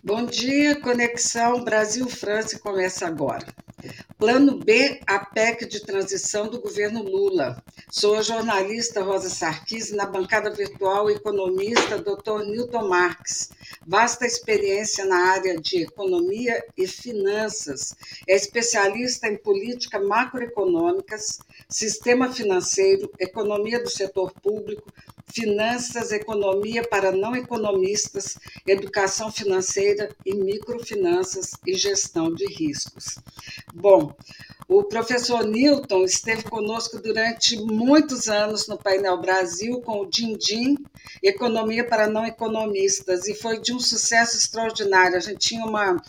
Bom dia, Conexão Brasil-França começa agora. Plano B, a PEC de transição do governo Lula. Sou a jornalista Rosa Sarquis, na bancada virtual, o economista Dr. Newton Marques. Vasta experiência na área de economia e finanças. É especialista em política macroeconômicas, sistema financeiro, economia do setor público, finanças, economia para não economistas, educação financeira e microfinanças e gestão de riscos. Bom, o professor Newton esteve conosco durante muitos anos no Painel Brasil com o Din-Din, Economia para Não Economistas, e foi de um sucesso extraordinário. A gente tinha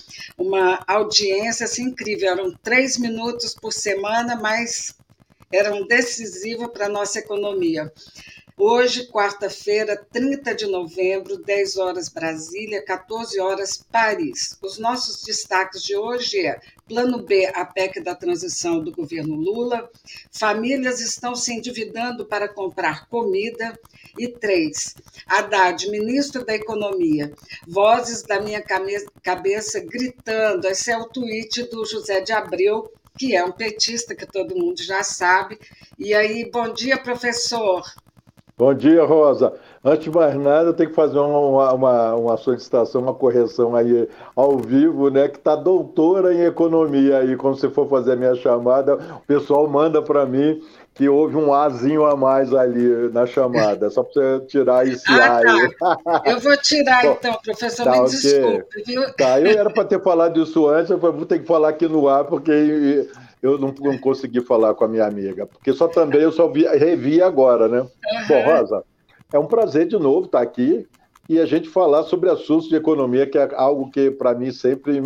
uma audiência assim, incrível, eram 3 minutos por semana, mas eram decisivos para a nossa economia. Hoje, quarta-feira, 30 de novembro, 10 horas Brasília, 14 horas Paris. Os nossos destaques de hoje é Plano B, a PEC da transição do governo Lula, famílias estão se endividando para comprar comida, e 3, Haddad, ministro da Economia, vozes da minha cabeça gritando, esse é o tweet do José de Abreu, que é um petista, que todo mundo já sabe. E aí, bom dia, professor. Bom dia, Rosa. Antes de mais nada, eu tenho que fazer uma solicitação, uma correção aí ao vivo, né? Que está doutora em economia aí. Quando você for fazer a minha chamada, o pessoal manda para mim que houve um Azinho a mais ali na chamada, só para você tirar esse A aí. Tá. Eu vou tirar Bom, então, professor, tá me ok. desculpe, viu? Tá, eu era para ter falado isso antes, eu vou ter que falar aqui no ar, porque eu não consegui falar com a minha amiga, porque eu só revi agora, né? Bom, Uhum. Rosa, é um prazer de novo estar aqui e a gente falar sobre assuntos de economia, que é algo que para mim sempre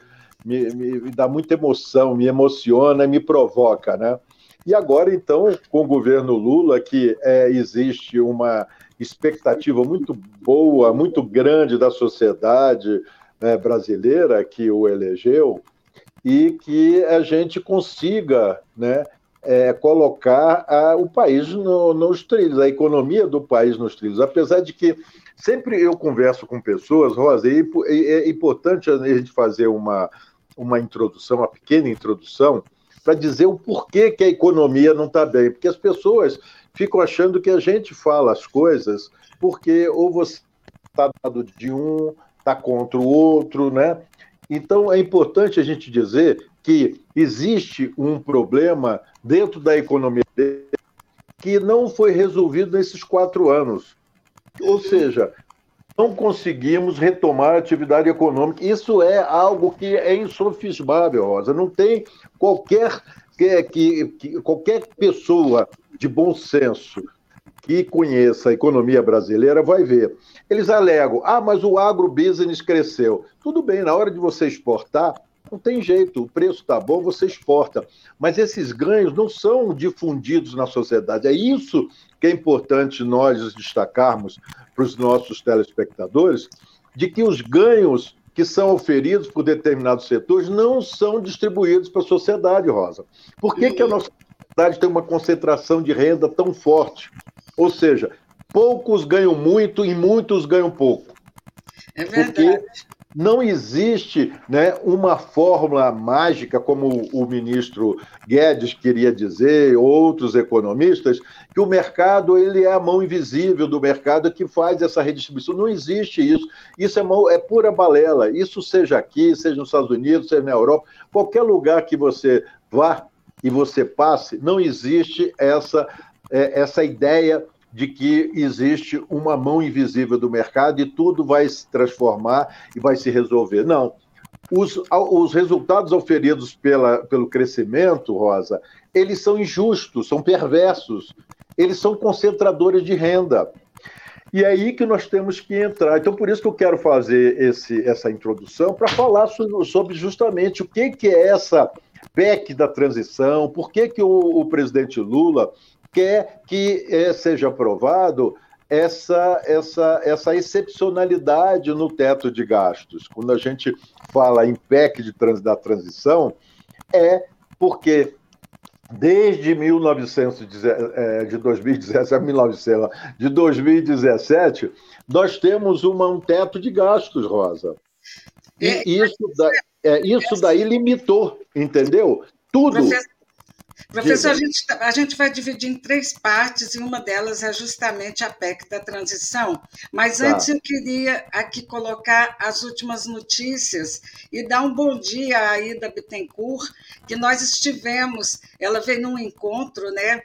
me dá muita emoção, me emociona e me provoca, né? E agora, então, com o governo Lula, que existe uma expectativa muito boa, muito grande da sociedade, né, brasileira que o elegeu, e que a gente consiga, né, colocar o país nos trilhos, a economia do país nos trilhos. Apesar de que sempre eu converso com pessoas, Rosa, e é importante a gente fazer uma introdução, uma pequena introdução, para dizer o porquê que a economia não está bem. Porque as pessoas ficam achando que a gente fala as coisas porque ou você está do lado de um, está contra o outro, né? Então, é importante a gente dizer que existe um problema dentro da economia que não foi resolvido nesses 4 anos. Ou seja, não conseguimos retomar a atividade econômica. Isso é algo que é insofismável, Rosa. Não tem qualquer, qualquer pessoa de bom senso que conheça a economia brasileira vai ver. Eles alegam, mas o agrobusiness cresceu. Tudo bem, na hora de você exportar, não tem jeito, o preço está bom, você exporta. Mas esses ganhos não são difundidos na sociedade. É isso que é importante nós destacarmos para os nossos telespectadores, de que os ganhos que são oferidos por determinados setores não são distribuídos para a sociedade, Rosa. Por que a nossa sociedade tem uma concentração de renda tão forte? Ou seja, poucos ganham muito e muitos ganham pouco. É verdade. Porque não existe, né, uma fórmula mágica, como o ministro Guedes queria dizer, outros economistas, que o mercado ele é a mão invisível do mercado que faz essa redistribuição. Não existe isso. Isso é pura balela. Isso seja aqui, seja nos Estados Unidos, seja na Europa, qualquer lugar que você vá e você passe, não existe essa ideia de que existe uma mão invisível do mercado e tudo vai se transformar e vai se resolver. Não. Os resultados oferidos pelo crescimento, Rosa, eles são injustos, são perversos, eles são concentradores de renda. E é aí que nós temos que entrar. Então, por isso que eu quero fazer essa introdução, para falar sobre justamente o que é essa PEC da transição, por que o presidente Lula quer que seja aprovado essa excepcionalidade no teto de gastos. Quando a gente fala em PEC da transição, é porque desde 2017, nós temos um teto de gastos, Rosa. E isso daí limitou, entendeu? Tudo. Professor, a gente vai dividir em 3 partes, e uma delas é justamente a PEC da transição. Mas antes eu queria aqui colocar as últimas notícias e dar um bom dia à Aida Bittencourt, que nós estivemos, ela veio num encontro, né,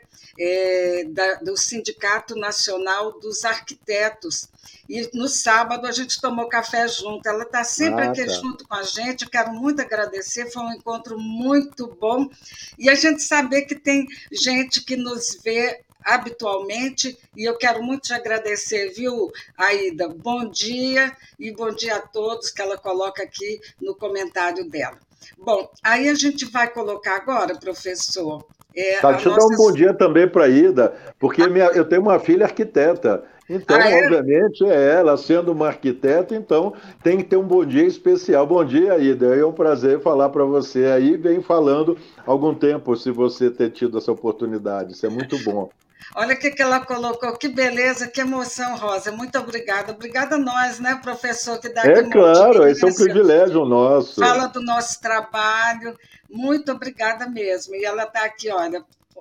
do Sindicato Nacional dos Arquitetos, e no sábado a gente tomou café junto. Ela está sempre aqui junto com a gente, eu quero muito agradecer, foi um encontro muito bom, e a gente saber que tem gente que nos vê habitualmente, e eu quero muito te agradecer, viu, Aida? Bom dia, e bom dia a todos, que ela coloca aqui no comentário dela. Bom, aí a gente vai colocar agora, professor... deixa eu dar um bom dia também para a Ida, porque eu tenho uma filha arquiteta. Então, obviamente, ela sendo uma arquiteta, então tem que ter um bom dia especial. Bom dia, Ida. É um prazer falar para você aí. Vem falando há algum tempo, se você ter tido essa oportunidade. Isso é muito bom. Olha o que ela colocou, que beleza, que emoção, Rosa. Muito obrigada. Obrigada a nós, né, professor, que dá aqui claro, esse é um privilégio nosso. Fala do nosso trabalho. Muito obrigada mesmo. E ela está aqui, olha.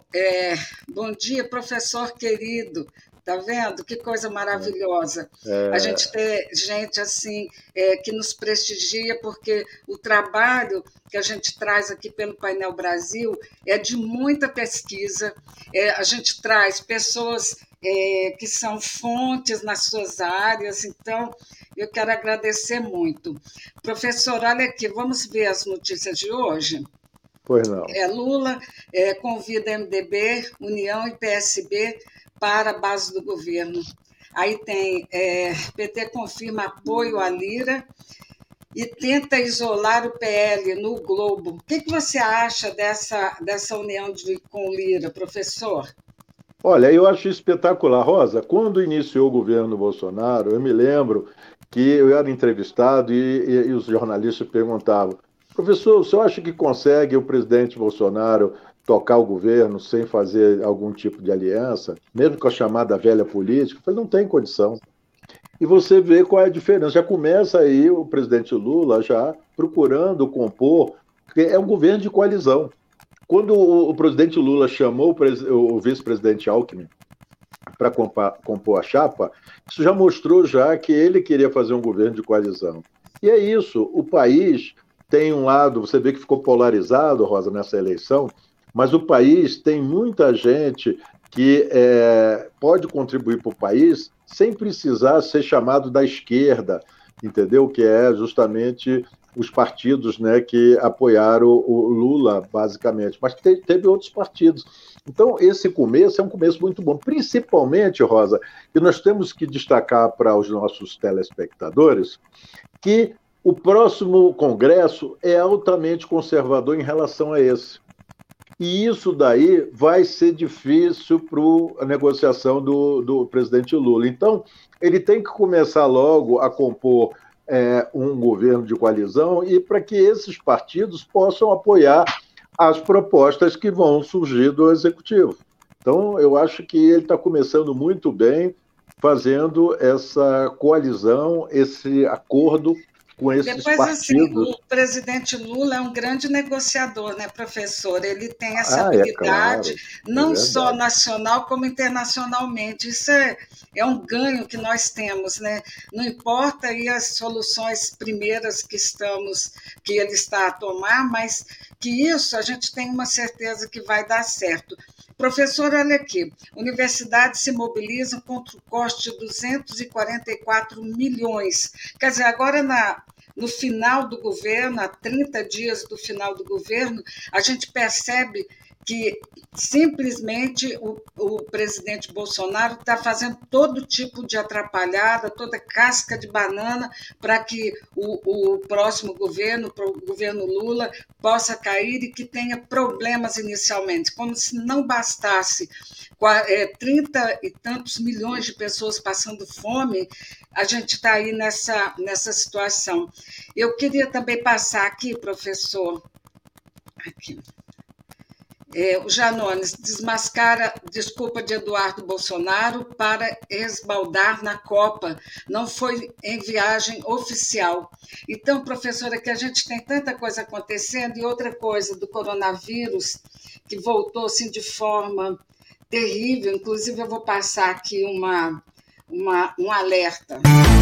Bom dia, professor querido. Tá vendo? Que coisa maravilhosa. A gente ter gente assim que nos prestigia, porque o trabalho que a gente traz aqui pelo Painel Brasil é de muita pesquisa. A gente traz pessoas que são fontes nas suas áreas, então eu quero agradecer muito. Professor, olha aqui, vamos ver as notícias de hoje? Pois não. Lula convida MDB, União e PSB para a base do governo. Aí tem PT confirma apoio à Lira e tenta isolar o PL no Globo. O que você acha dessa união com Lira, professor? Olha, eu acho espetacular. Rosa, quando iniciou o governo Bolsonaro, eu me lembro que eu era entrevistado e os jornalistas perguntavam: professor, o senhor acha que consegue o presidente Bolsonaro tocar o governo sem fazer algum tipo de aliança, mesmo com a chamada velha política? Eu falei, não tem condição. E você vê qual é a diferença. Já começa aí o presidente Lula já procurando compor, porque é um governo de coalizão. Quando o presidente Lula chamou o vice-presidente Alckmin para compor a chapa, isso já mostrou já que ele queria fazer um governo de coalizão. E é isso, o país tem um lado, você vê que ficou polarizado, Rosa, nessa eleição, mas o país tem muita gente que pode contribuir para o país sem precisar ser chamado da esquerda, entendeu? Que é justamente os partidos, né, que apoiaram o Lula, basicamente. Mas teve outros partidos. Então, esse começo é um começo muito bom. Principalmente, Rosa, que nós temos que destacar para os nossos telespectadores que o próximo Congresso é altamente conservador em relação a esse. E isso daí vai ser difícil para a negociação do presidente Lula. Então, ele tem que começar logo a compor um governo de coalizão e para que esses partidos possam apoiar as propostas que vão surgir do Executivo. Então, eu acho que ele está começando muito bem fazendo essa coalizão, esse acordo com esses Depois, partidos. assim, o presidente Lula é um grande negociador, né, professor? Ele tem essa habilidade, não só nacional, como internacionalmente. Isso é um ganho que nós temos, né? Não importa aí as soluções primeiras que ele está a tomar, mas que isso a gente tem uma certeza que vai dar certo. Professor, olha aqui, universidades se mobilizam contra o corte de 244 milhões. Quer dizer, agora no final do governo, há 30 dias do final do governo, a gente percebe que simplesmente o presidente Bolsonaro está fazendo todo tipo de atrapalhada, toda casca de banana para que o próximo governo, o governo Lula, possa cair e que tenha problemas inicialmente, como se não bastasse 30 e tantos milhões de pessoas passando fome, a gente está aí nessa situação. Eu queria também passar aqui, professor, aqui. O Janones desmascara desculpa de Eduardo Bolsonaro para esbaldar na Copa. Não foi em viagem oficial. Então, professora, que a gente tem tanta coisa acontecendo e outra coisa do coronavírus que voltou assim de forma terrível. Inclusive, eu vou passar aqui um alerta.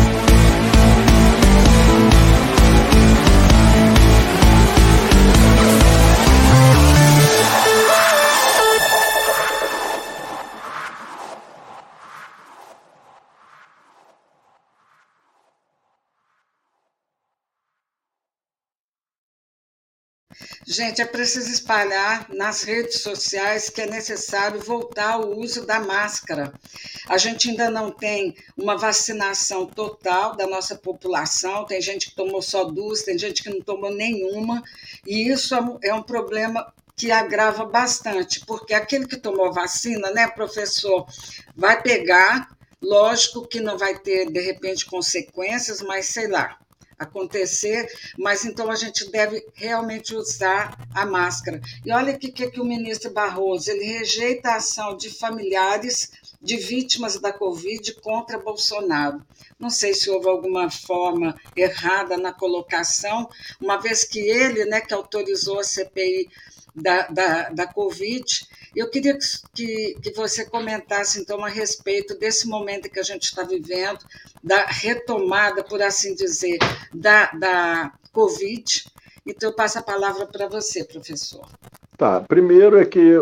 Gente, é preciso espalhar nas redes sociais que é necessário voltar ao uso da máscara. A gente ainda não tem uma vacinação total da nossa população, tem gente que tomou só 2, tem gente que não tomou nenhuma, e isso é um problema que agrava bastante, porque aquele que tomou vacina, né, professor, vai pegar, lógico que não vai ter, de repente, consequências, mas sei lá, acontecer, mas então a gente deve realmente usar a máscara. E olha o que o ministro Barroso, ele rejeita a ação de familiares de vítimas da Covid contra Bolsonaro. Não sei se houve alguma forma errada na colocação, uma vez que ele, né, que autorizou a CPI da Covid. Eu queria que você comentasse, então, a respeito desse momento que a gente está vivendo, da retomada, por assim dizer, da Covid. Então, eu passo a palavra para você, professor. Tá, primeiro é que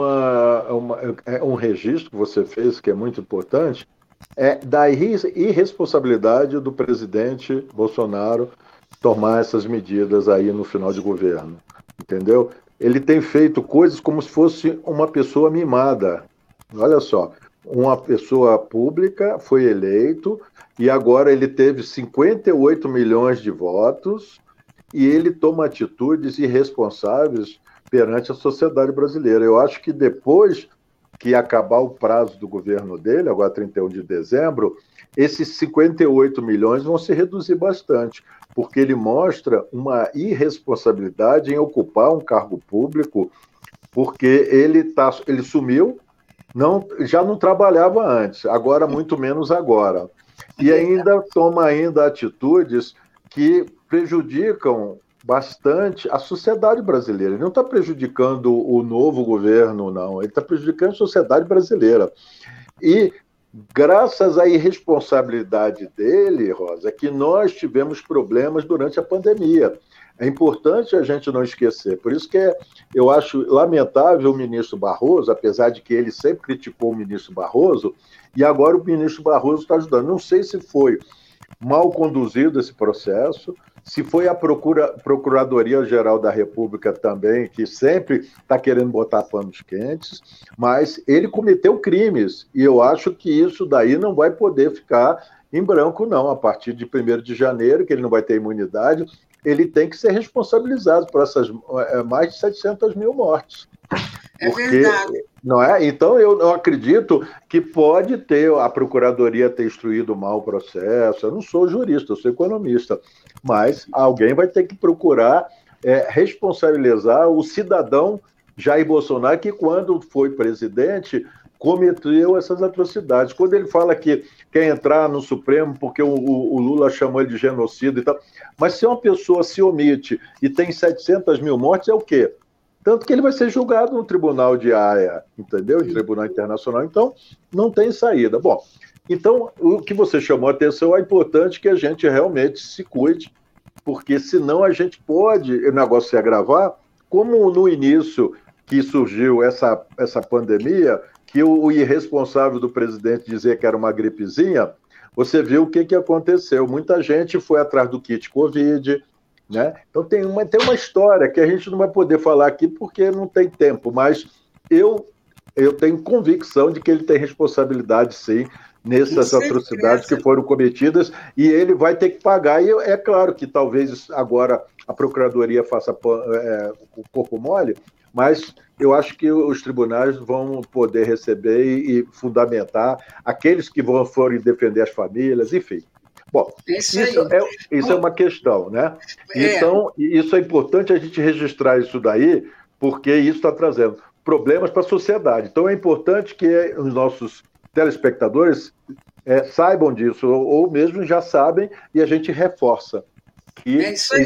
um registro que você fez, que é muito importante, é da irresponsabilidade do presidente Bolsonaro tomar essas medidas aí no final de governo, entendeu? Ele tem feito coisas como se fosse uma pessoa mimada. Olha só, uma pessoa pública foi eleito e agora ele teve 58 milhões de votos e ele toma atitudes irresponsáveis perante a sociedade brasileira. Eu acho que depois que acabar o prazo do governo dele, agora 31 de dezembro, esses 58 milhões vão se reduzir bastante, porque ele mostra uma irresponsabilidade em ocupar um cargo público, porque ele sumiu, já não trabalhava antes, agora muito menos agora. E ainda toma atitudes que prejudicam bastante a sociedade brasileira. Ele não está prejudicando o novo governo, não. Ele está prejudicando a sociedade brasileira. E, graças à irresponsabilidade dele, Rosa, que nós tivemos problemas durante a pandemia. É importante a gente não esquecer. Por isso que eu acho lamentável o ministro Barroso, apesar de que ele sempre criticou o ministro Barroso, e agora o ministro Barroso está ajudando. Não sei se foi mal conduzido esse processo, se foi a Procuradoria-Geral da República também, que sempre está querendo botar panos quentes, mas ele cometeu crimes, e eu acho que isso daí não vai poder ficar em branco, não. A partir de 1º de janeiro, que ele não vai ter imunidade, ele tem que ser responsabilizado por essas mais de 700 mil mortes. É verdade. Não é? Então, eu não acredito que pode ter a Procuradoria ter instruído mal o processo. Eu não sou jurista, eu sou economista. Mas alguém vai ter que procurar responsabilizar o cidadão Jair Bolsonaro, que quando foi presidente cometeu essas atrocidades. Quando ele fala que quer entrar no Supremo porque o Lula chamou ele de genocida e tal, mas se uma pessoa se omite e tem 700 mil mortes, é o quê? Tanto que ele vai ser julgado no Tribunal de Haia, entendeu? Em Tribunal Internacional. Então, não tem saída. Bom, então, o que você chamou a atenção é importante que a gente realmente se cuide, porque senão a gente pode, o negócio se agravar, como no início que surgiu essa pandemia, que o irresponsável do presidente dizia que era uma gripezinha, você viu o que aconteceu. Muita gente foi atrás do kit Covid, né? Então tem uma história que a gente não vai poder falar aqui porque não tem tempo, mas eu tenho convicção de que ele tem responsabilidade, sim, nessas atrocidades que foram cometidas, e ele vai ter que pagar. E é claro que talvez agora a Procuradoria faça o corpo mole, mas eu acho que os tribunais vão poder receber e fundamentar aqueles que forem defender as famílias, enfim. Bom, isso é uma questão, né? Então, isso é importante a gente registrar isso daí, porque isso está trazendo. problemas para a sociedade. Então é importante que os nossos telespectadores saibam disso, ou mesmo já sabem, e a gente reforça que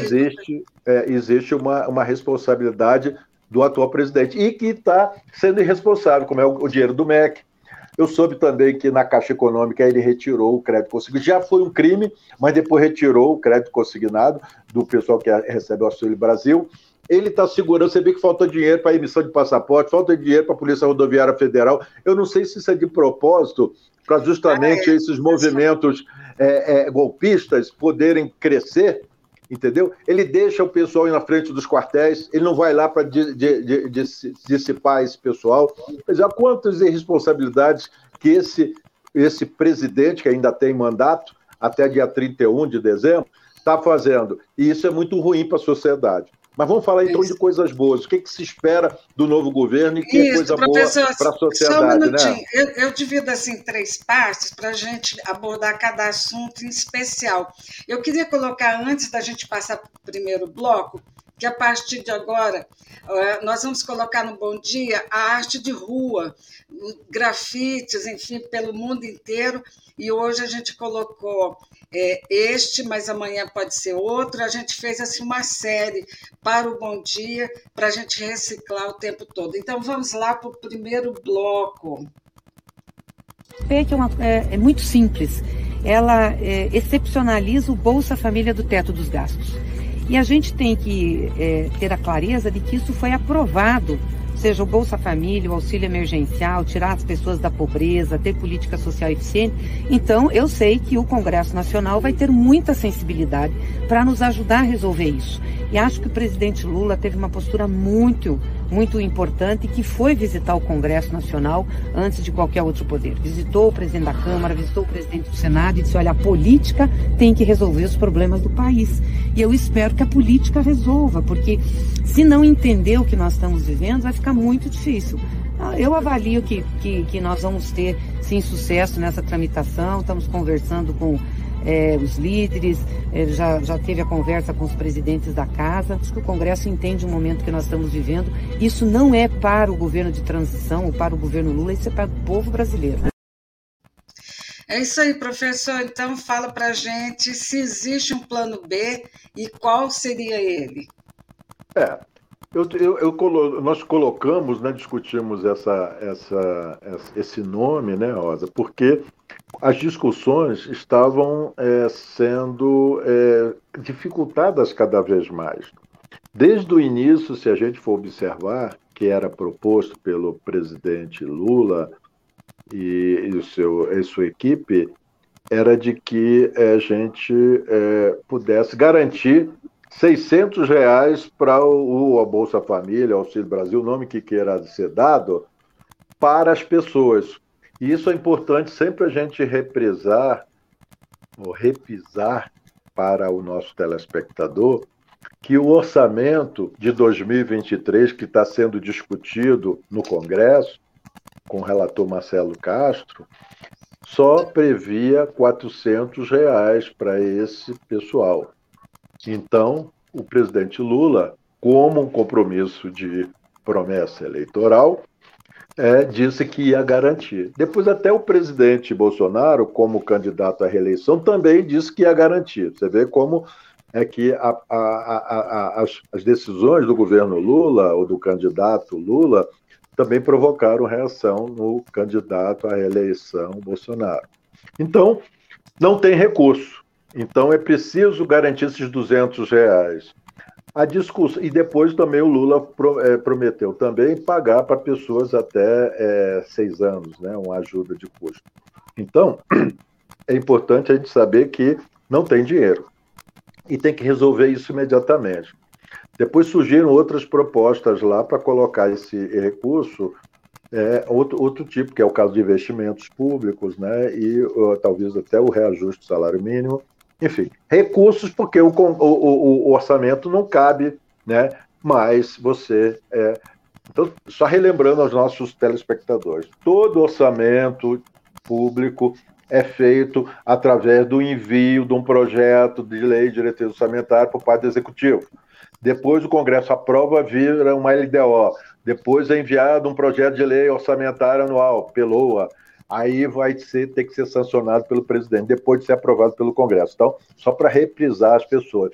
existe uma responsabilidade do atual presidente, e que está sendo irresponsável, como é o dinheiro do MEC. Eu soube também que na Caixa Econômica ele retirou o crédito consignado. Já foi um crime, mas depois retirou o crédito consignado do pessoal que recebe o Auxílio Brasil. Ele está segurando, você vê que falta dinheiro para emissão de passaporte, falta dinheiro para a Polícia Rodoviária Federal. Eu não sei se isso é de propósito, para justamente esses movimentos golpistas poderem crescer, entendeu? Ele deixa o pessoal ir na frente dos quartéis, ele não vai lá para dissipar esse pessoal. Mas há quantas irresponsabilidades que esse presidente, que ainda tem mandato, até dia 31 de dezembro, está fazendo. E isso é muito ruim para a sociedade. Mas vamos falar então de coisas boas. O que se espera do novo governo e que é coisa boa para a sociedade? Só um minutinho. Né? Eu divido assim em 3 partes para a gente abordar cada assunto em especial. Eu queria colocar, antes da gente passar para o primeiro bloco, que a partir de agora nós vamos colocar no Bom Dia a arte de rua, grafites, enfim, pelo mundo inteiro. E hoje a gente colocou mas amanhã pode ser outro. A gente fez assim, uma série para o Bom Dia, para a gente reciclar o tempo todo. Então, vamos lá para o primeiro bloco. PEC é muito simples. Ela excepcionaliza o Bolsa Família do teto dos gastos. E a gente tem que ter a clareza de que isso foi aprovado, seja o Bolsa Família, o auxílio emergencial, tirar as pessoas da pobreza, ter política social eficiente. Então, eu sei que o Congresso Nacional vai ter muita sensibilidade para nos ajudar a resolver isso. E acho que o presidente Lula teve uma postura muito importante, que foi visitar o Congresso Nacional antes de qualquer outro poder. Visitou o presidente da Câmara, visitou o presidente do Senado e disse, olha, a política tem que resolver os problemas do país. E eu espero que a política resolva, porque se não entender o que nós estamos vivendo, vai ficar muito difícil. Eu avalio que nós vamos ter, sim, sucesso nessa tramitação. Estamos conversando com os líderes, já teve a conversa com os presidentes da casa. Acho que o Congresso entende o momento que nós estamos vivendo. Isso não é para o governo de transição ou para o governo Lula, isso é para o povo brasileiro. É isso aí, professor. Então, fala para a gente se existe um plano B e qual seria ele. Nós colocamos, né, discutimos esse nome, né, Rosa, porque as discussões estavam sendo dificultadas cada vez mais. Desde o início, se a gente for observar, que era proposto pelo presidente Lula e sua equipe, era de que a gente pudesse garantir R$600 para a Bolsa Família, Auxílio Brasil, o nome que queira ser dado, para as pessoas. E isso é importante sempre a gente repisar para o nosso telespectador, que o orçamento de 2023, que está sendo discutido no Congresso, com o relator Marcelo Castro, só previa R$400 para esse pessoal. Então, o presidente Lula, como um compromisso de promessa eleitoral, disse que ia garantir. Depois até o presidente Bolsonaro, como candidato à reeleição, também disse que ia garantir. Você vê como é que as decisões do governo Lula, ou do candidato Lula, também provocaram reação no candidato à reeleição Bolsonaro. Então, não tem recurso. Então, é preciso garantir esses R$200. A discussão, e depois também o Lula prometeu também pagar para pessoas até 6 anos, né, uma ajuda de custo. Então, é importante a gente saber que não tem dinheiro e tem que resolver isso imediatamente. Depois surgiram outras propostas lá para colocar esse recurso, outro tipo, que é o caso de investimentos públicos, né, e talvez até o reajuste do salário mínimo. Enfim, recursos, porque o orçamento não cabe, né? Mas você... Então, só relembrando aos nossos telespectadores, todo orçamento público é feito através do envio de um projeto de lei de diretriz orçamentária por parte do Executivo. Depois o Congresso aprova, vira uma LDO. Depois é enviado um projeto de lei orçamentária anual, PLOA. Aí vai ter que ser sancionado pelo presidente, depois de ser aprovado pelo Congresso. Então, só para reprisar as pessoas.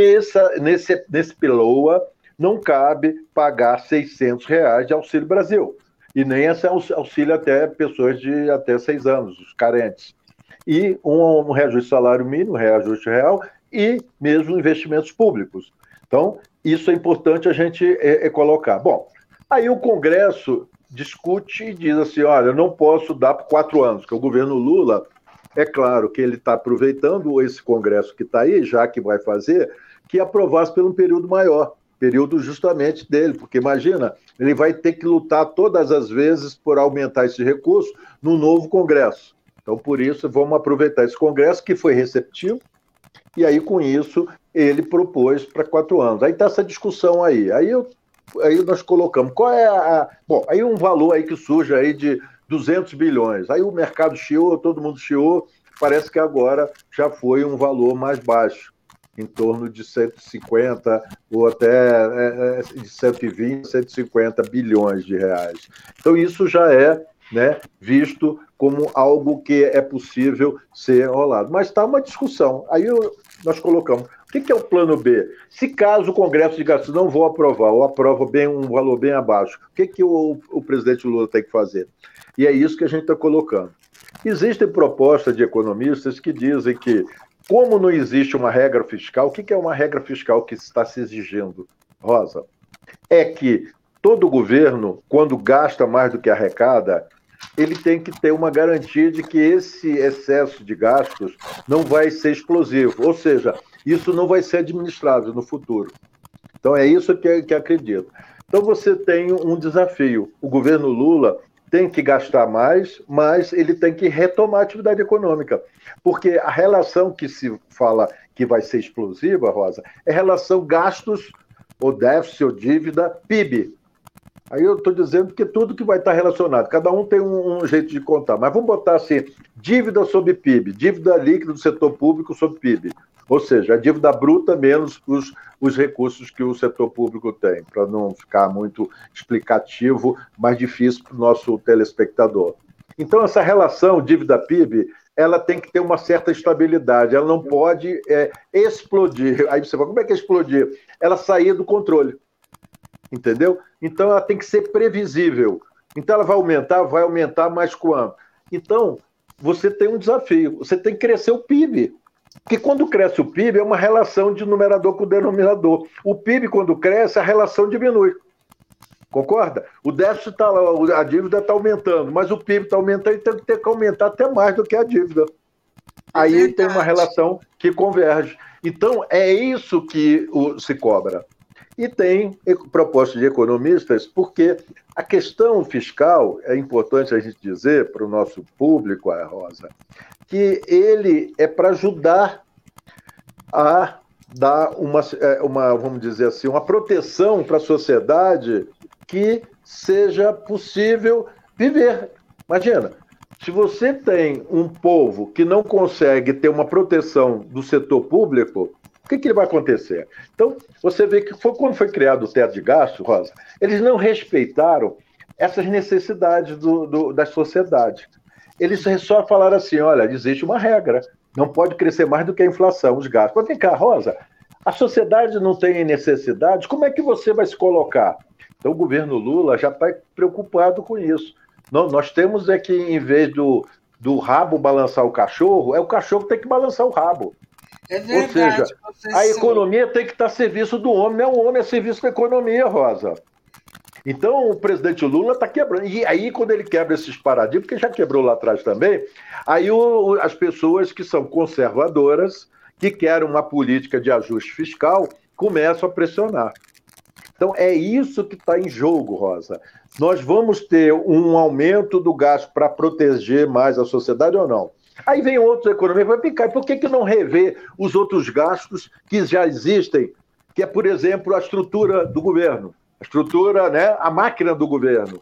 Nesse PLOA, não cabe pagar R$600 de Auxílio Brasil. E nem esse auxílio até pessoas de até 6 anos, os carentes. E um reajuste salário mínimo, reajuste real, e mesmo investimentos públicos. Então, isso é importante a gente colocar. Bom, aí o Congresso discute e diz assim, olha, eu não posso dar por 4 anos, porque o governo Lula, é claro que ele está aproveitando esse Congresso que está aí, já que vai fazer, que aprovasse por um período maior, período justamente dele, porque imagina, ele vai ter que lutar todas as vezes por aumentar esse recurso no novo Congresso. Então, por isso, vamos aproveitar esse Congresso que foi receptivo, e aí, com isso, ele propôs para 4 anos. Aí está essa discussão aí. Aí nós colocamos, qual é Bom, aí um valor aí que surge aí de 200 bilhões. Aí o mercado chiou, todo mundo chiou, parece que agora já foi um valor mais baixo, em torno de 150 ou até de 120, 150 bilhões de reais. Então isso já é, né, visto como algo que é possível ser rolado. Mas está uma discussão. Aí nós colocamos, o que é o plano B? Se caso o Congresso diga assim, não vou aprovar, ou aprova um valor bem abaixo, o que o presidente Lula tem que fazer? E é isso que a gente está colocando. Existem propostas de economistas que dizem que, como não existe uma regra fiscal, o que é uma regra fiscal que está se exigindo, Rosa? É que todo governo, quando gasta mais do que arrecada, ele tem que ter uma garantia de que esse excesso de gastos não vai ser explosivo, ou seja, isso não vai ser administrado no futuro. Então é isso que acredito. Então você tem um desafio. O governo Lula tem que gastar mais, mas ele tem que retomar a atividade econômica. Porque a relação que se fala que vai ser explosiva, Rosa, é relação gastos, ou déficit, ou dívida, PIB. Aí eu estou dizendo que tudo que vai estar relacionado, cada um tem um jeito de contar, mas vamos botar assim, dívida sobre PIB, dívida líquida do setor público sobre PIB, ou seja, a dívida bruta menos os recursos que o setor público tem, para não ficar muito explicativo, mais difícil para o nosso telespectador. Então, essa relação dívida-PIB, ela tem que ter uma certa estabilidade, ela não pode explodir. Aí você fala, como é que é explodir? Ela sair do controle. Entendeu? Então, ela tem que ser previsível. Então, ela vai aumentar, mas quando? Então, você tem um desafio, você tem que crescer o PIB. Porque quando cresce o PIB, é uma relação de numerador com denominador. O PIB, quando cresce, a relação diminui. Concorda? O déficit está lá, a dívida está aumentando, mas o PIB está aumentando e tem que aumentar até mais do que a dívida. Aí tem uma relação que converge. Então, é isso que se cobra. E tem propostas de economistas, porque a questão fiscal, é importante a gente dizer para o nosso público, a Rosa, que ele é para ajudar a dar vamos dizer assim, uma proteção para a sociedade que seja possível viver. Imagina, se você tem um povo que não consegue ter uma proteção do setor público, o que vai acontecer? Então, você vê que quando foi criado o teto de gasto, Rosa, eles não respeitaram essas necessidades da sociedade. Eles só falaram assim, olha, existe uma regra, não pode crescer mais do que a inflação, os gastos. Mas vem cá, Rosa, a sociedade não tem necessidades, como é que você vai se colocar? Então, o governo Lula já está preocupado com isso. Nós temos que, em vez do rabo balançar o cachorro, é o cachorro que tem que balançar o rabo. É verdade. Ou seja, a economia tem que estar a serviço do homem, não é o homem a serviço da economia, Rosa. Então, o presidente Lula está quebrando. E aí, quando ele quebra esses paradigmas, porque já quebrou lá atrás também, aí as pessoas que são conservadoras, que querem uma política de ajuste fiscal, começam a pressionar. Então, é isso que está em jogo, Rosa. Nós vamos ter um aumento do gasto para proteger mais a sociedade ou não? Aí vem outros economistas e vai picar. Por que não rever os outros gastos que já existem, que é, por exemplo, a estrutura do governo, a estrutura, né, a máquina do governo?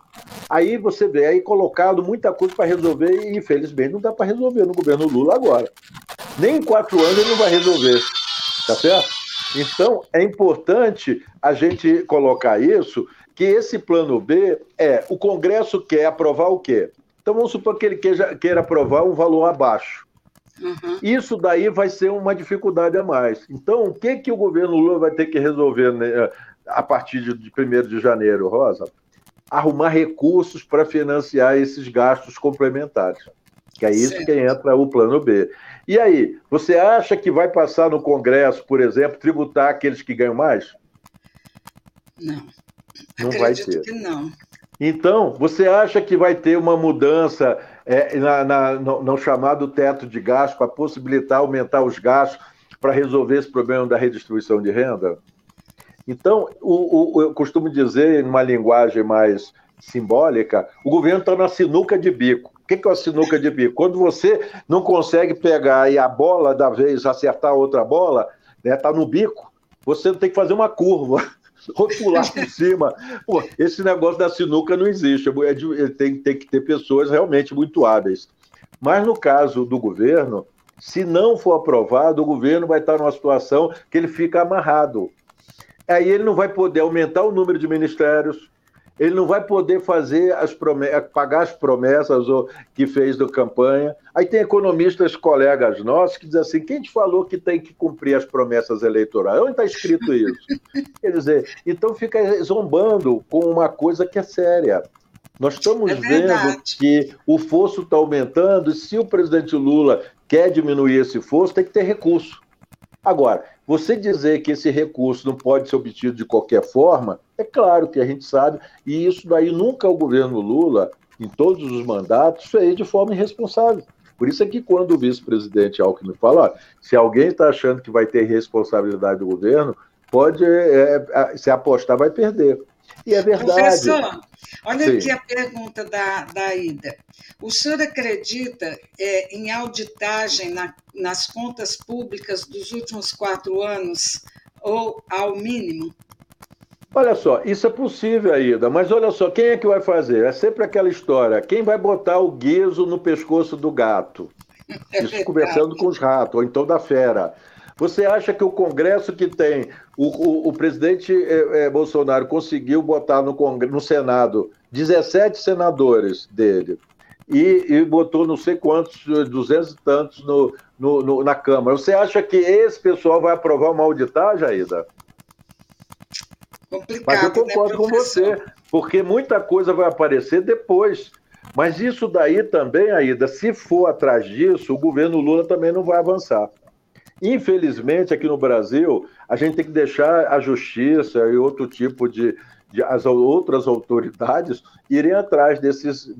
Aí você vê aí colocado muita coisa para resolver e, infelizmente, não dá para resolver no governo Lula agora. Nem em 4 anos ele não vai resolver, tá certo? Então, é importante a gente colocar isso, que esse plano B o Congresso quer aprovar o quê? Então, vamos supor que ele queira aprovar um valor abaixo. Uhum. Isso daí vai ser uma dificuldade a mais. Então, o que o governo Lula vai ter que resolver, né, a partir de 1º de janeiro, Rosa? Arrumar recursos para financiar esses gastos complementares. Que é isso que entra o plano B. E aí, você acha que vai passar no Congresso, por exemplo, tributar aqueles que ganham mais? Não. Não vai ter. Acredito que não. Então, você acha que vai ter uma mudança no chamado teto de gastos para possibilitar aumentar os gastos para resolver esse problema da redistribuição de renda? Então, eu costumo dizer, em uma linguagem mais simbólica, o governo está na sinuca de bico. O que é uma sinuca de bico? Quando você não consegue pegar e a bola da vez acertar outra bola, está no bico, você tem que fazer uma curva. Ou pular por cima. Pô, esse negócio da sinuca não existe. Tem que ter pessoas realmente muito hábeis. Mas no caso do governo, se não for aprovado, o governo vai estar numa situação que ele fica amarrado. Aí ele não vai poder aumentar o número de ministérios, ele não vai poder pagar as promessas que fez da campanha. Aí tem economistas, colegas nossos, que dizem assim, quem te falou que tem que cumprir as promessas eleitorais? Onde está escrito isso? Quer dizer, então fica zombando com uma coisa que é séria. Nós estamos vendo que o fosso está aumentando e se o presidente Lula quer diminuir esse fosso, tem que ter recurso. Agora, você dizer que esse recurso não pode ser obtido de qualquer forma, é claro que a gente sabe, e isso daí nunca o governo Lula, em todos os mandatos, fez de forma irresponsável. Por isso é que quando o vice-presidente Alckmin fala, se alguém está achando que vai ter responsabilidade do governo, pode, se apostar, vai perder. E é verdade. Professor, olha aqui a pergunta da Ida. O senhor acredita em auditagem nas contas públicas dos últimos 4 anos, ou ao mínimo? Olha só, isso é possível, Aida, mas olha só, quem é que vai fazer? É sempre aquela história, quem vai botar o guiso no pescoço do gato? Isso conversando com os ratos, ou então da fera. Você acha que o Congresso que tem, o presidente Bolsonaro conseguiu botar no Senado 17 senadores dele e botou não sei quantos, 200 e tantos na Câmara. Você acha que esse pessoal vai aprovar uma auditagem, Aida? Complicado, mas eu concordo com você, porque muita coisa vai aparecer depois. Mas isso daí também, Aida, se for atrás disso, o governo Lula também não vai avançar. Infelizmente, aqui no Brasil, a gente tem que deixar a justiça e outro tipo as outras autoridades irem atrás desses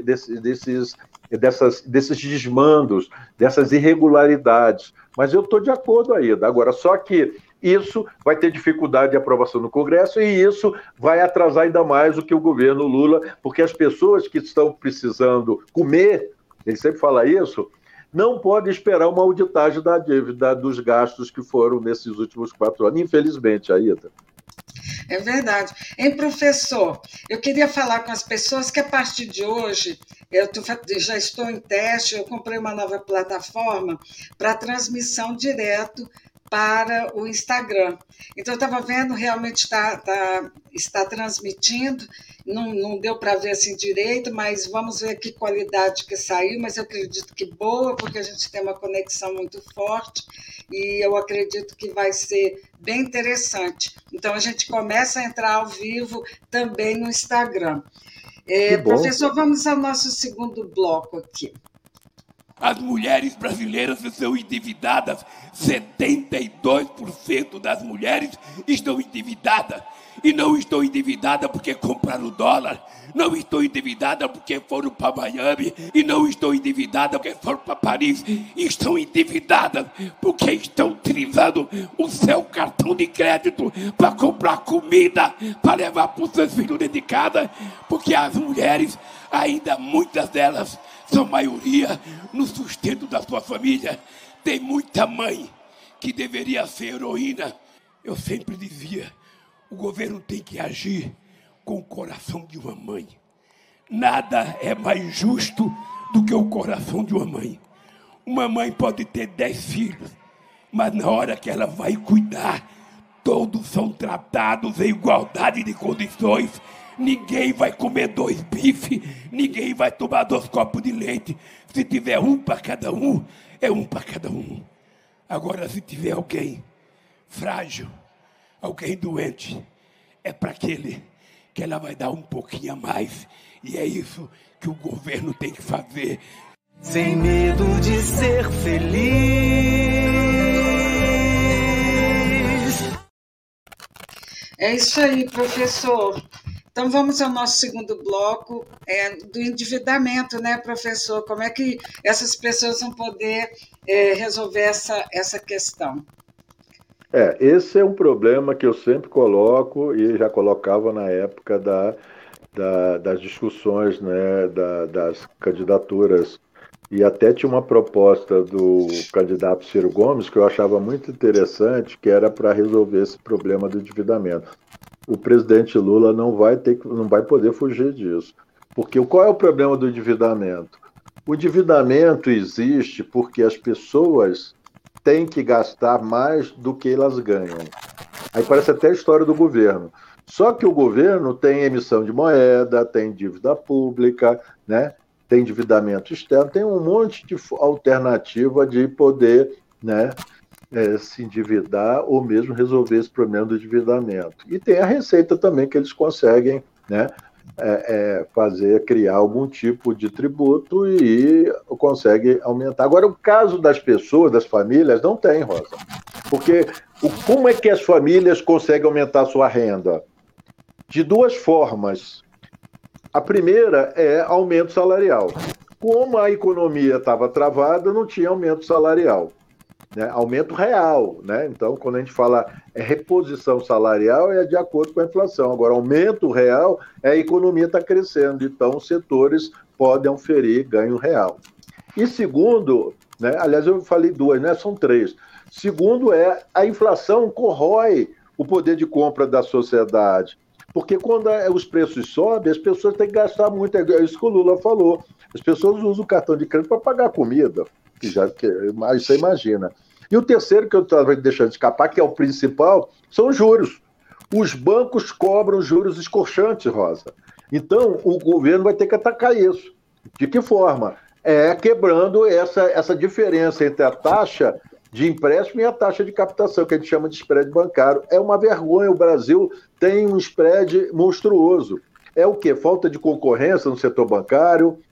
desmandos, dessas irregularidades. Mas eu estou de acordo, Aida. Agora, só que isso vai ter dificuldade de aprovação no Congresso e isso vai atrasar ainda mais o que o governo Lula, porque as pessoas que estão precisando comer, ele sempre fala isso, não podem esperar uma auditagem da dívida dos gastos que foram nesses últimos 4 anos, infelizmente, Aida. É verdade. Hein, professor, eu queria falar com as pessoas que a partir de hoje, já estou em teste, eu comprei uma nova plataforma para transmissão direto para o Instagram. Então, eu estava vendo, realmente está transmitindo, não deu para ver assim direito, mas vamos ver que qualidade que saiu, mas eu acredito que boa, porque a gente tem uma conexão muito forte e eu acredito que vai ser bem interessante. Então, a gente começa a entrar ao vivo também no Instagram. Professor, vamos ao nosso segundo bloco aqui. As mulheres brasileiras estão endividadas. 72% das mulheres estão endividadas. E não estão endividadas porque compraram dólar. Não estão endividadas porque foram para Miami. E não estão endividadas porque foram para Paris. Estão endividadas porque estão utilizando o seu cartão de crédito para comprar comida, para levar para os seus filhos dentro de casa. Porque as mulheres, ainda muitas delas, são maioria no sustento da sua família. Tem muita mãe que deveria ser heroína. Eu sempre dizia, o governo tem que agir com o coração de uma mãe. Nada é mais justo do que o coração de uma mãe. Uma mãe pode ter 10 filhos, mas na hora que ela vai cuidar, todos são tratados em igualdade de condições. Ninguém vai comer 2 bifes, ninguém vai tomar 2 copos de leite. Se tiver um para cada um, é um para cada um. Agora, se tiver alguém frágil, alguém doente, é para aquele que ela vai dar um pouquinho a mais. E é isso que o governo tem que fazer. Sem medo de ser feliz. É isso aí, professor. Então, vamos ao nosso segundo bloco, do endividamento, né, professor? Como é que essas pessoas vão poder resolver essa questão? Esse é um problema que eu sempre coloco e já colocava na época das discussões, né, das candidaturas. E até tinha uma proposta do candidato Ciro Gomes que eu achava muito interessante, que era para resolver esse problema do endividamento. O presidente Lula não vai poder fugir disso. Porque qual é o problema do endividamento? O endividamento existe porque as pessoas têm que gastar mais do que elas ganham. Aí parece até a história do governo. Só que o governo tem emissão de moeda, tem dívida pública, né? Tem endividamento externo, tem um monte de alternativa de poder, né, se endividar ou mesmo resolver esse problema do endividamento. E tem a receita também que eles conseguem, né, criar algum tipo de tributo e consegue aumentar. Agora, o caso das pessoas, das famílias, não tem, Rosa. Porque como é que as famílias conseguem aumentar a sua renda? De 2 formas. A primeira é aumento salarial. Como a economia estava travada, não tinha aumento salarial, né? Aumento real, né? Então, quando a gente fala reposição salarial, é de acordo com a inflação. Agora, aumento real é a economia está crescendo, então os setores podem oferir ganho real. E segundo, né? Aliás, eu falei 2, né? São 3. Segundo a inflação corrói o poder de compra da sociedade. Porque quando os preços sobem, as pessoas têm que gastar muito. É isso que o Lula falou. As pessoas usam o cartão de crédito para pagar comida. Mas você imagina. E o terceiro que eu estava deixando de escapar, que é o principal, são os juros. Os bancos cobram juros escorchantes, Rosa. Então, o governo vai ter que atacar isso. De que forma? Quebrando essa diferença entre a taxa de empréstimo e a taxa de captação, que a gente chama de spread bancário. É uma vergonha, o Brasil tem um spread monstruoso. É o quê? Falta de concorrência no setor bancário,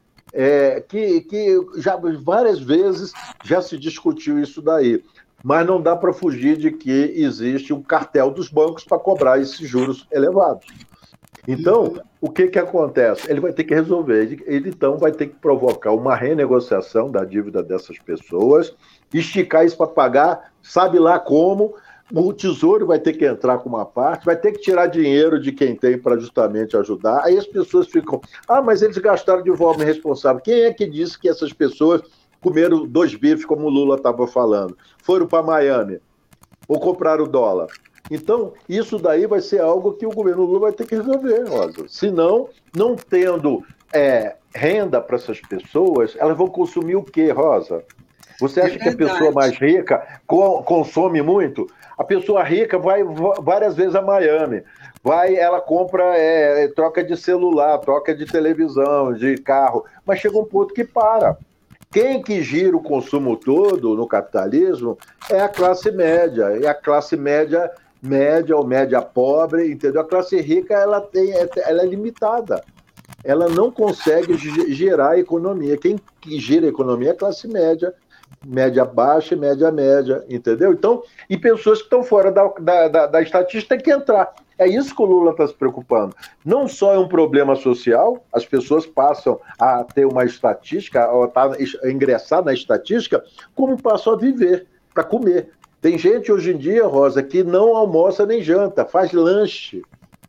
que já várias vezes já se discutiu isso daí. Mas não dá para fugir de que existe um cartel dos bancos para cobrar esses juros elevados. Então, o que acontece? Ele vai ter que resolver, ele então vai ter que provocar uma renegociação da dívida dessas pessoas, esticar isso para pagar, sabe lá como, o Tesouro vai ter que entrar com uma parte, vai ter que tirar dinheiro de quem tem para justamente ajudar, aí as pessoas ficam, mas eles gastaram de forma irresponsável. Quem é que disse que essas pessoas comeram 2 bifes, como o Lula estava falando? Foram para Miami, ou compraram dólar? Então, isso daí vai ser algo que o governo Lula vai ter que resolver, Rosa. Senão, não tendo renda para essas pessoas, elas vão consumir o quê, Rosa? Você acha que a pessoa mais rica consome muito? A pessoa rica vai várias vezes a Miami. Ela compra, troca de celular, troca de televisão, de carro, mas chega um ponto que para. Quem que gira o consumo todo no capitalismo é a classe média. E a classe média ou média pobre, entendeu? A classe rica ela é limitada. Ela não consegue gerar a economia. Quem gira a economia é a classe média, média baixa e média, entendeu? Então, e pessoas que estão fora da estatística têm que entrar. É isso que o Lula está se preocupando. Não só é um problema social, as pessoas passam a ter uma estatística, a ingressar na estatística, como passam a viver, para comer. Tem gente hoje em dia, Rosa, que não almoça nem janta, faz lanche.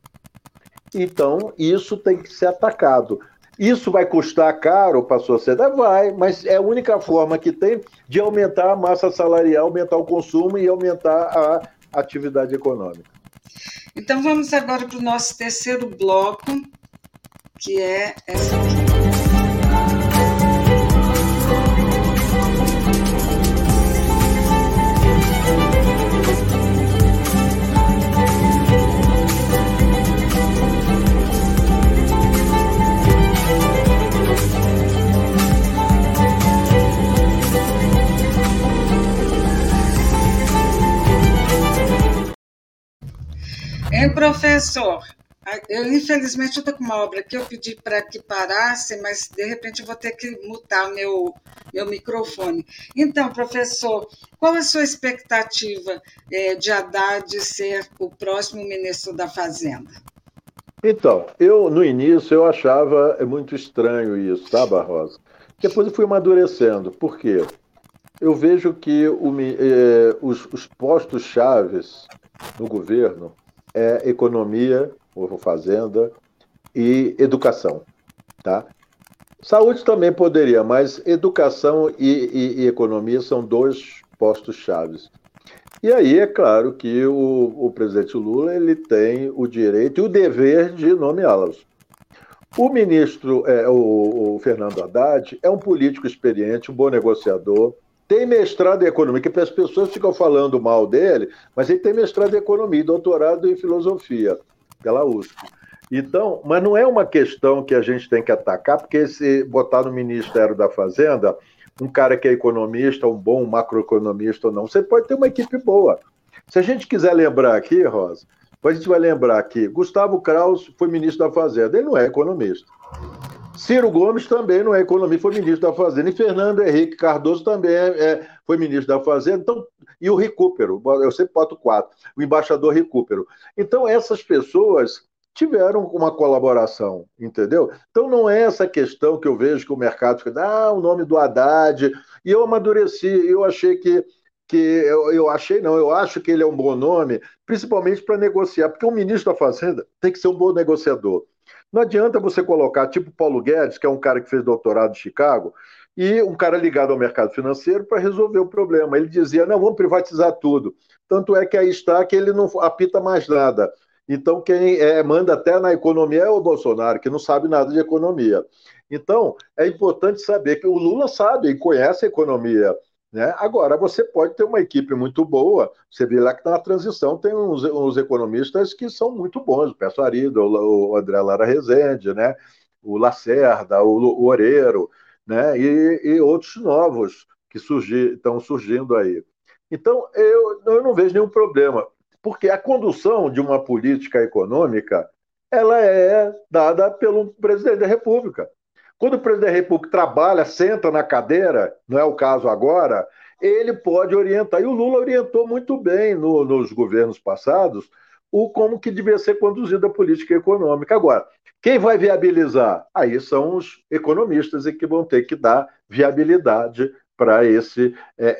Então, isso tem que ser atacado. Isso vai custar caro para a sociedade? Vai, mas é a única forma que tem de aumentar a massa salarial, aumentar o consumo e aumentar a atividade econômica. Então, vamos agora para o nosso terceiro bloco, que é essa aqui. Professor, infelizmente eu estou com uma obra que eu pedi para que parasse, mas de repente eu vou ter que mutar meu microfone. Então, professor, qual a sua expectativa de Haddad ser o próximo ministro da Fazenda? Então, no início eu achava muito estranho isso, tá, Barroso? Depois eu fui amadurecendo. Por quê? Eu vejo que os postos-chaves no governo é economia, ou fazenda, e educação, tá? Saúde também poderia, mas educação e economia são dois postos-chaves. E aí é claro que o presidente Lula ele tem o direito e o dever de nomeá-los. O ministro, o Fernando Haddad, é um político experiente, um bom negociador, tem mestrado em economia, que as pessoas ficam falando mal dele, mas ele tem mestrado em economia e doutorado em filosofia, pela USP. Então, mas não é uma questão que a gente tem que atacar, porque se botar no Ministério da Fazenda, um cara que é economista, um bom macroeconomista ou não, você pode ter uma equipe boa. Se a gente quiser lembrar aqui, Rosa, a gente vai lembrar que Gustavo Kraus foi ministro da Fazenda, ele não é economista. Ciro Gomes também não é economista, foi ministro da Fazenda. E Fernando Henrique Cardoso também foi ministro da Fazenda. Então, e o Recupero, eu sempre boto 4, o embaixador Recupero. Então, essas pessoas tiveram uma colaboração, entendeu? Então, não é essa questão que eu vejo que o mercado fica, o nome do Haddad. E eu amadureci, eu achei eu acho que ele é um bom nome, principalmente para negociar, porque o ministro da Fazenda tem que ser um bom negociador. Não adianta você colocar, tipo Paulo Guedes, que é um cara que fez doutorado em Chicago, e um cara ligado ao mercado financeiro para resolver o problema. Ele dizia, não, vamos privatizar tudo. Tanto é que aí está que ele não apita mais nada. Então, quem manda até na economia é o Bolsonaro, que não sabe nada de economia. Então, é importante saber que o Lula sabe e conhece a economia, né? Agora, você pode ter uma equipe muito boa, você vê lá que na transição tem uns economistas que são muito bons, o Peço Arido, o André Lara Rezende, né? O Lacerda, o Oreiro, né? E outros novos que estão surgindo aí. Então, eu não vejo nenhum problema, porque a condução de uma política econômica ela é dada pelo presidente da República. Quando o presidente da República trabalha, senta na cadeira, não é o caso agora, ele pode orientar. E o Lula orientou muito bem nos governos passados como que devia ser conduzida a política econômica. Agora, quem vai viabilizar? Aí são os economistas que vão ter que dar viabilidade para esse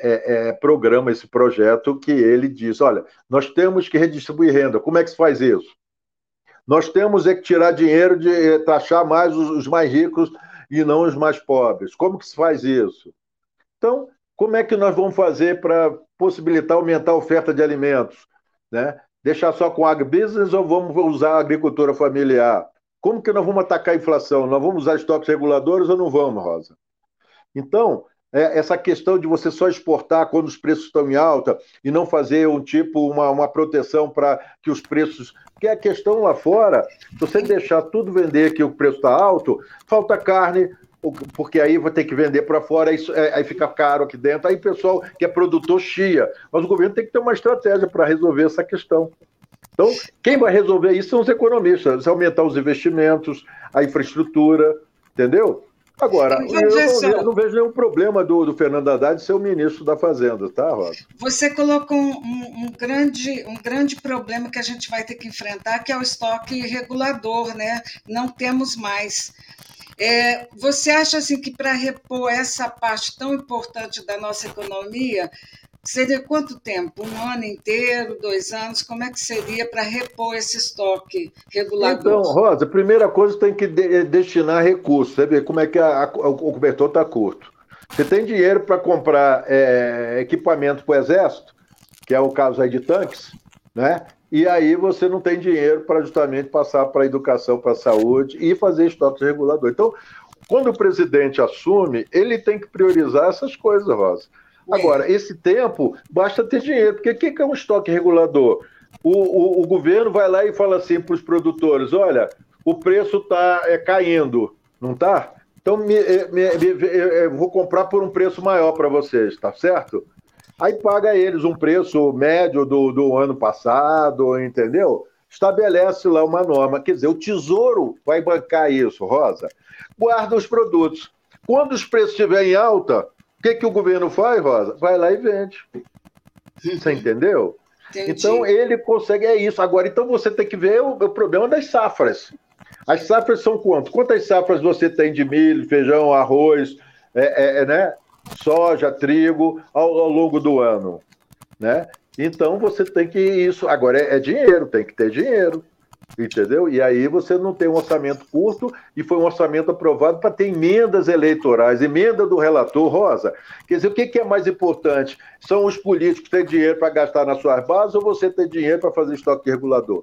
programa, esse projeto que ele diz, olha, nós temos que redistribuir renda. Como é que se faz isso? Nós temos que tirar dinheiro de taxar mais os mais ricos e não os mais pobres. Como que se faz isso? Então, como é que nós vamos fazer para possibilitar aumentar a oferta de alimentos? Né? Deixar só com agribusiness ou vamos usar a agricultura familiar? Como que nós vamos atacar a inflação? Nós vamos usar estoques reguladores ou não vamos, Rosa? Então, essa questão de você só exportar quando os preços estão em alta e não fazer uma proteção para que os preços... Porque a questão lá fora, se você deixar tudo vender que o preço está alto, falta carne, porque aí vai ter que vender para fora, aí fica caro aqui dentro, aí o pessoal que é produtor chia. Mas o governo tem que ter uma estratégia para resolver essa questão. Então, quem vai resolver isso são os economistas, aumentar os investimentos, a infraestrutura, entendeu? Agora, eu não vejo nenhum problema do Fernando Haddad ser o ministro da Fazenda, tá, Rosa? Você colocou um grande problema que a gente vai ter que enfrentar, que é o estoque regulador, né? Não temos mais. Você acha assim, que para repor essa parte tão importante da nossa economia, seria quanto tempo? 1 ano inteiro, 2 anos? Como é que seria para repor esse estoque regulador? Então, Rosa, a primeira coisa tem que destinar recursos. Você vê como é que o cobertor está curto. Você tem dinheiro para comprar equipamento para o Exército, que é o caso aí de tanques, né? e aí você não tem dinheiro para justamente passar para a educação, para a saúde e fazer estoque regulador. Então, quando o presidente assume, ele tem que priorizar essas coisas, Rosa. Agora, esse tempo, basta ter dinheiro, porque o que é um estoque regulador? O governo vai lá e fala assim para os produtores, olha, o preço está caindo, não está? Então, eu vou comprar por um preço maior para vocês, tá certo? Aí paga eles um preço médio do ano passado, entendeu? Estabelece lá uma norma. Quer dizer, o Tesouro vai bancar isso, Rosa. Guarda os produtos. Quando os preços estiverem em alta, o que o governo faz, Rosa? Vai lá e vende. Você entendeu? Entendi. Então, ele consegue, é isso. Agora, então você tem que ver o problema das safras. As safras são quanto? Quantas safras você tem de milho, feijão, arroz, né? Soja, trigo, ao longo do ano, né? Então, você tem que isso. Agora, é dinheiro, tem que ter dinheiro, entendeu? E aí você não tem um orçamento curto e foi um orçamento aprovado para ter emendas eleitorais, emenda do relator, Rosa. Quer dizer, o que é mais importante? São os políticos terem dinheiro para gastar nas suas bases ou você ter dinheiro para fazer estoque regulador?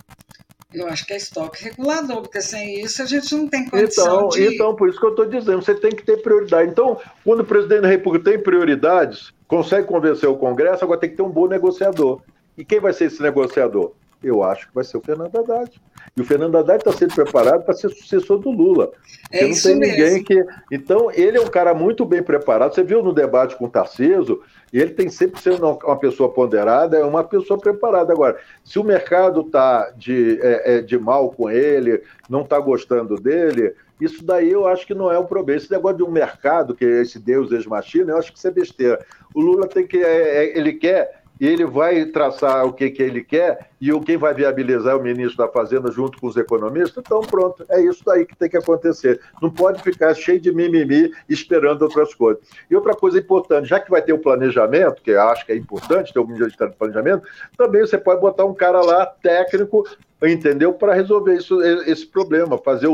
Eu acho que é estoque regulador, porque sem isso a gente não tem condição Então, por isso que eu estou dizendo, você tem que ter prioridade. Então, quando o presidente da República tem prioridades, consegue convencer o Congresso, agora tem que ter um bom negociador. E quem vai ser esse negociador? Eu acho que vai ser o Fernando Haddad. E o Fernando Haddad está sendo preparado para ser sucessor do Lula. Porque não tem ninguém que... Então, ele é um cara muito bem preparado. Você viu no debate com o Tarcísio, ele tem sempre sido uma pessoa ponderada, é uma pessoa preparada. Agora, se o mercado está de mal com ele, não está gostando dele, isso daí eu acho que não é o problema. Esse negócio de um mercado, que é esse Deus ex-machina, eu acho que isso é besteira. O Lula tem que... ele quer... E ele vai traçar o que ele quer, e quem vai viabilizar é o ministro da Fazenda junto com os economistas. Então, pronto, é isso daí que tem que acontecer. Não pode ficar cheio de mimimi esperando outras coisas. E outra coisa importante, já que vai ter o planejamento, que eu acho que é importante ter o Ministério do Planejamento, também você pode botar um cara lá, técnico, entendeu? Para resolver esse problema, fazer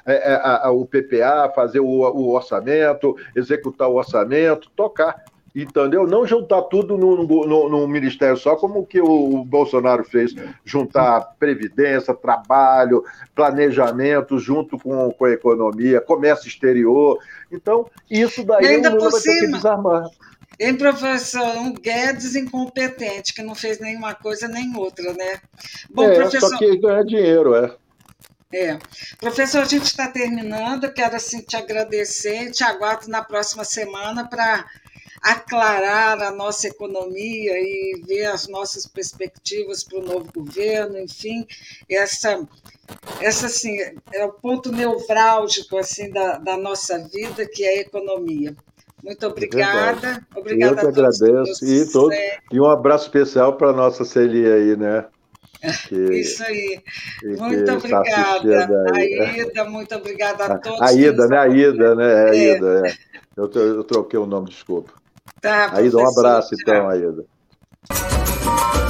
o PPA, fazer o orçamento, executar o orçamento, tocar. Entendeu? Não juntar tudo num ministério só, como o que o Bolsonaro fez, juntar previdência, trabalho, planejamento, junto com a economia, comércio exterior. Então, isso daí o Lula vai ter que desarmar. Tem professor, um Guedes incompetente, que não fez nenhuma coisa nem outra, né? Bom, professor... só que ganha dinheiro, Professor, a gente está terminando, eu quero assim, te agradecer, te aguardo na próxima semana para aclarar a nossa economia e ver as nossas perspectivas para o novo governo, enfim, essa assim, é o ponto nevrálgico assim, da nossa vida, que é a economia. Muito obrigada. Obrigada a todos. Eu que agradeço. E um abraço especial para a nossa Celi aí, né? Isso aí. Muito obrigada. Aida, muito obrigada a todos. Aida, né? Aida, né? Aida, Eu troquei o nome, desculpa. Tá, Aida, um abraço, então, Aida.